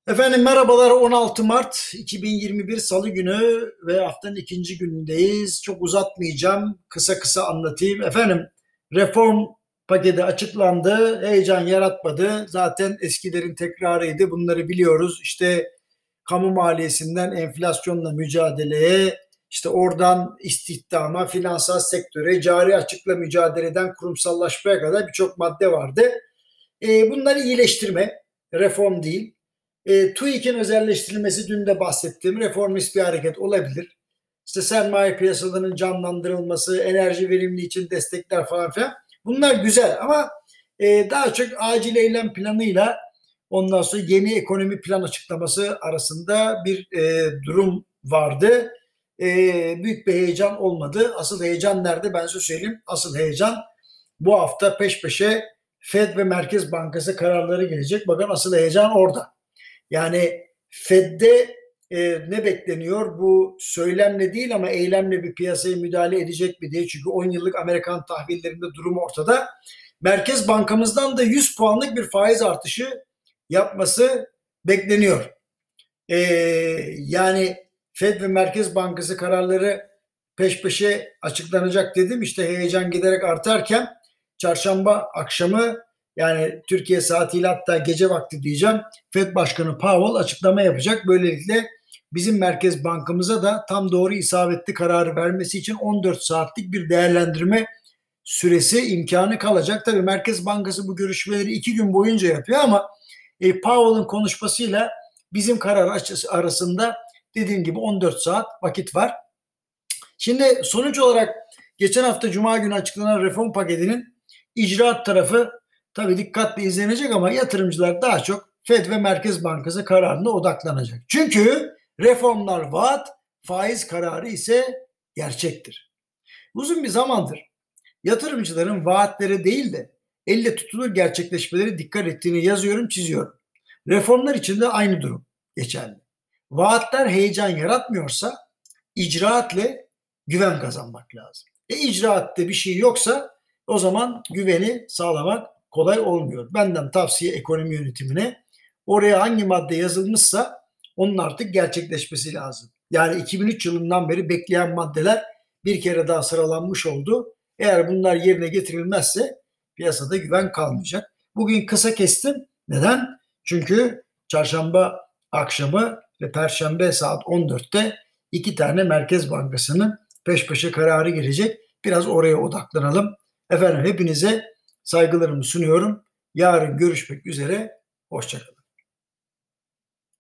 Efendim merhabalar, 16 Mart 2021 Salı günü ve haftanın ikinci günündeyiz. Çok uzatmayacağım, kısa kısa anlatayım. Efendim reform paketi açıklandı, heyecan yaratmadı. Zaten eskilerin tekrarıydı, bunları biliyoruz. İşte kamu maliyesinden enflasyonla mücadeleye, işte oradan istihdama, finansal sektöre, cari açıkla mücadeleden kurumsallaşmaya kadar birçok madde vardı. Bunları iyileştirme, reform değil. TÜİK'in özelleştirilmesi dün de bahsettiğim reformist bir hareket olabilir. İşte sermaye piyasalarının canlandırılması, enerji verimliliği için destekler falan filan. Bunlar güzel ama daha çok acil eylem planıyla ondan sonra yeni ekonomi plan açıklaması arasında bir durum vardı. E, Büyük bir heyecan olmadı. Asıl heyecan nerede? Ben size söyleyeyim. Asıl heyecan bu hafta peş peşe Fed ve Merkez Bankası kararları gelecek. Bakın asıl heyecan orada. Yani Fed'de ne bekleniyor? Bu söylemle değil ama eylemle bir piyasaya müdahale edecek mi diye. Çünkü 10 yıllık Amerikan tahvillerinde durum ortada. Merkez Bankamızdan da 100 puanlık bir faiz artışı yapması bekleniyor. E, Yani Fed ve Merkez Bankası kararları peş peşe açıklanacak dedim. İşte heyecan giderek artarken çarşamba akşamı, yani Türkiye saatiyle hatta gece vakti diyeceğim, Fed Başkanı Powell açıklama yapacak. Böylelikle bizim Merkez Bankamıza da tam doğru isabetli kararı vermesi için 14 saatlik bir değerlendirme süresi imkanı kalacak. Tabii Merkez Bankası bu görüşmeleri 2 gün boyunca yapıyor ama Powell'ın konuşmasıyla bizim karar arasında dediğim gibi 14 saat vakit var. Şimdi sonuç olarak geçen hafta Cuma günü açıklanan reform paketinin icraat tarafı tabii dikkatle izlenecek ama yatırımcılar daha çok Fed ve Merkez Bankası kararına odaklanacak. Çünkü reformlar vaat, faiz kararı ise gerçektir. Uzun bir zamandır yatırımcıların vaatleri değil de elle tutulur gerçekleşmeleri dikkat ettiğini yazıyorum, çiziyorum. Reformlar için de aynı durum geçerli. Vaatler heyecan yaratmıyorsa icraatle güven kazanmak lazım. İcraatte bir şey yoksa o zaman güveni sağlamak kolay olmuyor. Benden tavsiye ekonomi yönetimine, oraya hangi madde yazılmışsa onun artık gerçekleşmesi lazım. Yani 2003 yılından beri bekleyen maddeler bir kere daha sıralanmış oldu. Eğer bunlar yerine getirilmezse piyasada güven kalmayacak. Bugün kısa kestim. Neden? Çünkü çarşamba akşamı ve perşembe saat 14'te iki tane Merkez Bankası'nın peş peşe kararı gelecek. Biraz oraya odaklanalım. Efendim hepinize saygılarımı sunuyorum. Yarın görüşmek üzere. Hoşçakalın.